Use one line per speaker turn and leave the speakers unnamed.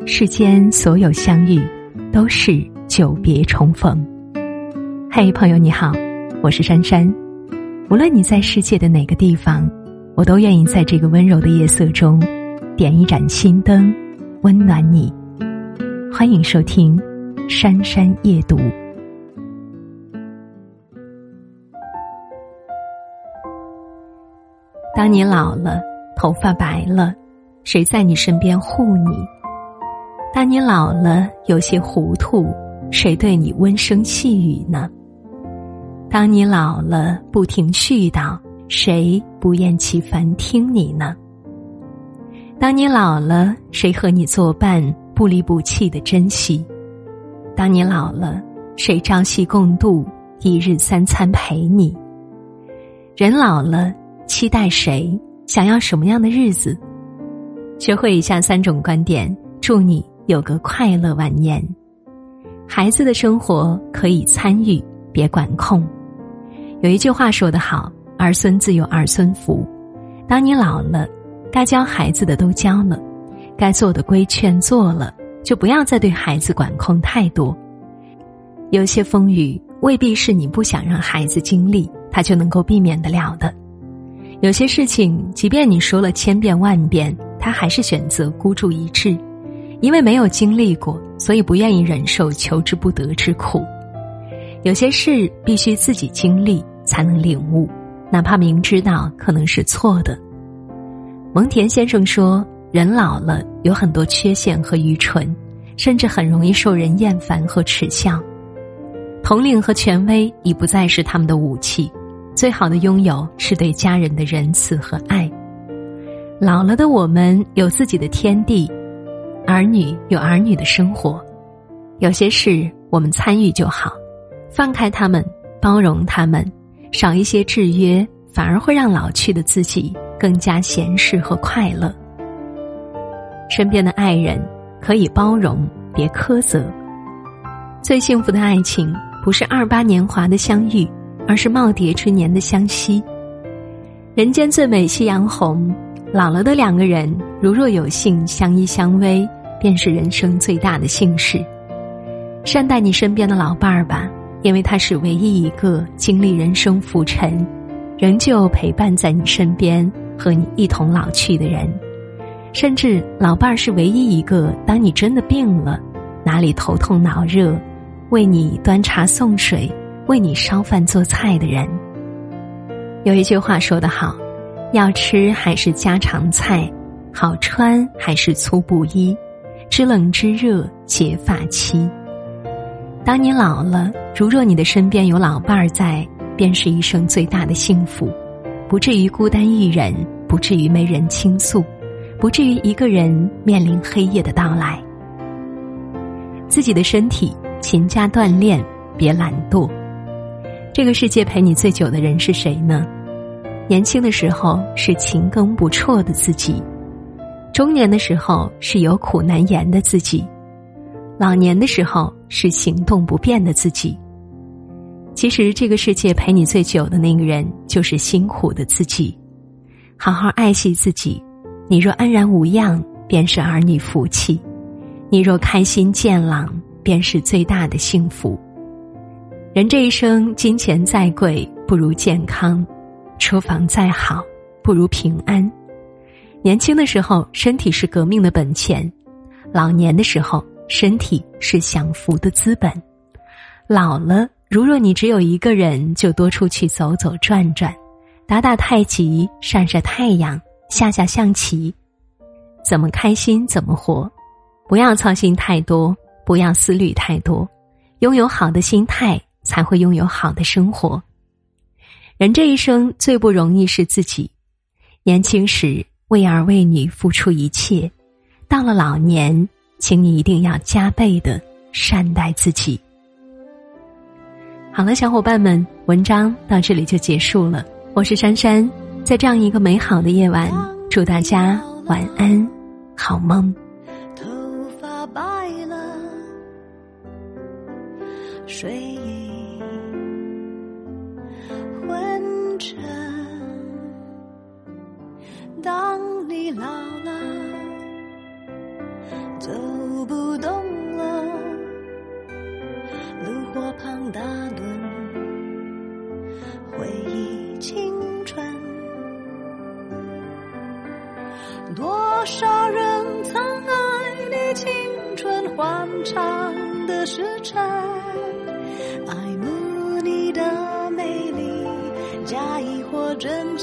世间所有相遇，都是久别重逢。嘿，朋友你好，我是珊珊。无论你在世界的哪个地方，我都愿意在这个温柔的夜色中，点一盏心灯，温暖你。欢迎收听珊珊夜读。当你老了，头发白了，谁在你身边护你？当你老了，有些糊涂，谁对你温声细语呢？当你老了，不停絮叨，谁不厌其烦听你呢？当你老了，谁和你作伴，不离不弃的珍惜？当你老了，谁朝夕共度，一日三餐陪你？人老了，期待谁？想要什么样的日子？学会以下3种观点，祝你有个快乐晚年。孩子的生活可以参与，别管控。有一句话说得好，儿孙自有儿孙福。当你老了，该教孩子的都教了，该做的规劝做了，就不要再对孩子管控太多。有些风雨未必是你不想让孩子经历，他就能够避免得了的。有些事情即便你说了千遍万遍，他还是选择孤注一掷，因为没有经历过，所以不愿意忍受求之不得之苦。有些事必须自己经历才能领悟，哪怕明知道可能是错的。蒙恬先生说，人老了有很多缺陷和愚蠢，甚至很容易受人厌烦和耻笑。统领和权威已不再是他们的武器，最好的拥有是对家人的仁慈和爱。老了的我们有自己的天地，儿女有儿女的生活。有些事我们参与就好，放开他们，包容他们，少一些制约，反而会让老去的自己更加闲适和快乐。身边的爱人可以包容，别苛责。最幸福的爱情不是28年华的相遇，而是耄耋之年的相惜。人间最美夕阳红，老了的2个人如若有幸相依相偎，便是人生最大的幸事。善待你身边的老伴儿吧，因为他是唯一一个经历人生浮沉，仍旧陪伴在你身边，和你一同老去的人。甚至老伴儿是唯一一个当你真的病了，哪里头痛脑热，为你端茶送水，为你烧饭做菜的人。有一句话说得好，要吃还是家常菜，好穿还是粗布衣，知冷知热结发妻。当你老了，如若你的身边有老伴儿在，便是一生最大的幸福，不至于孤单一人，不至于没人倾诉，不至于一个人面临黑夜的到来。自己的身体勤加锻炼，别懒惰。这个世界陪你最久的人是谁呢？年轻的时候是勤耕不辍的自己，中年的时候是有苦难言的自己，老年的时候是行动不便的自己。其实这个世界陪你最久的那个人就是辛苦的自己。好好爱惜自己，你若安然无恙，便是儿女福气；你若开心健朗，便是最大的幸福。人这一生，金钱再贵不如健康，车房再好不如平安。年轻的时候，身体是革命的本钱；老年的时候，身体是享福的资本。老了，如若你只有一个人，就多出去走走转转，打打太极，晒晒太阳，下下象棋，怎么开心怎么活。不要操心太多，不要思虑太多，拥有好的心态，才会拥有好的生活。人这一生最不容易是自己，年轻时为儿为女付出一切，到了老年，请你一定要加倍的善待自己。好了，小伙伴们，文章到这里就结束了。我是珊珊，在这样一个美好的夜晚，祝大家晚安，好梦。
头发白了，睡意昏沉。当你老了，走不动了，炉火旁打盹，回忆青春。多少人曾爱你青春欢畅的时辰，爱慕你的美丽，假意或真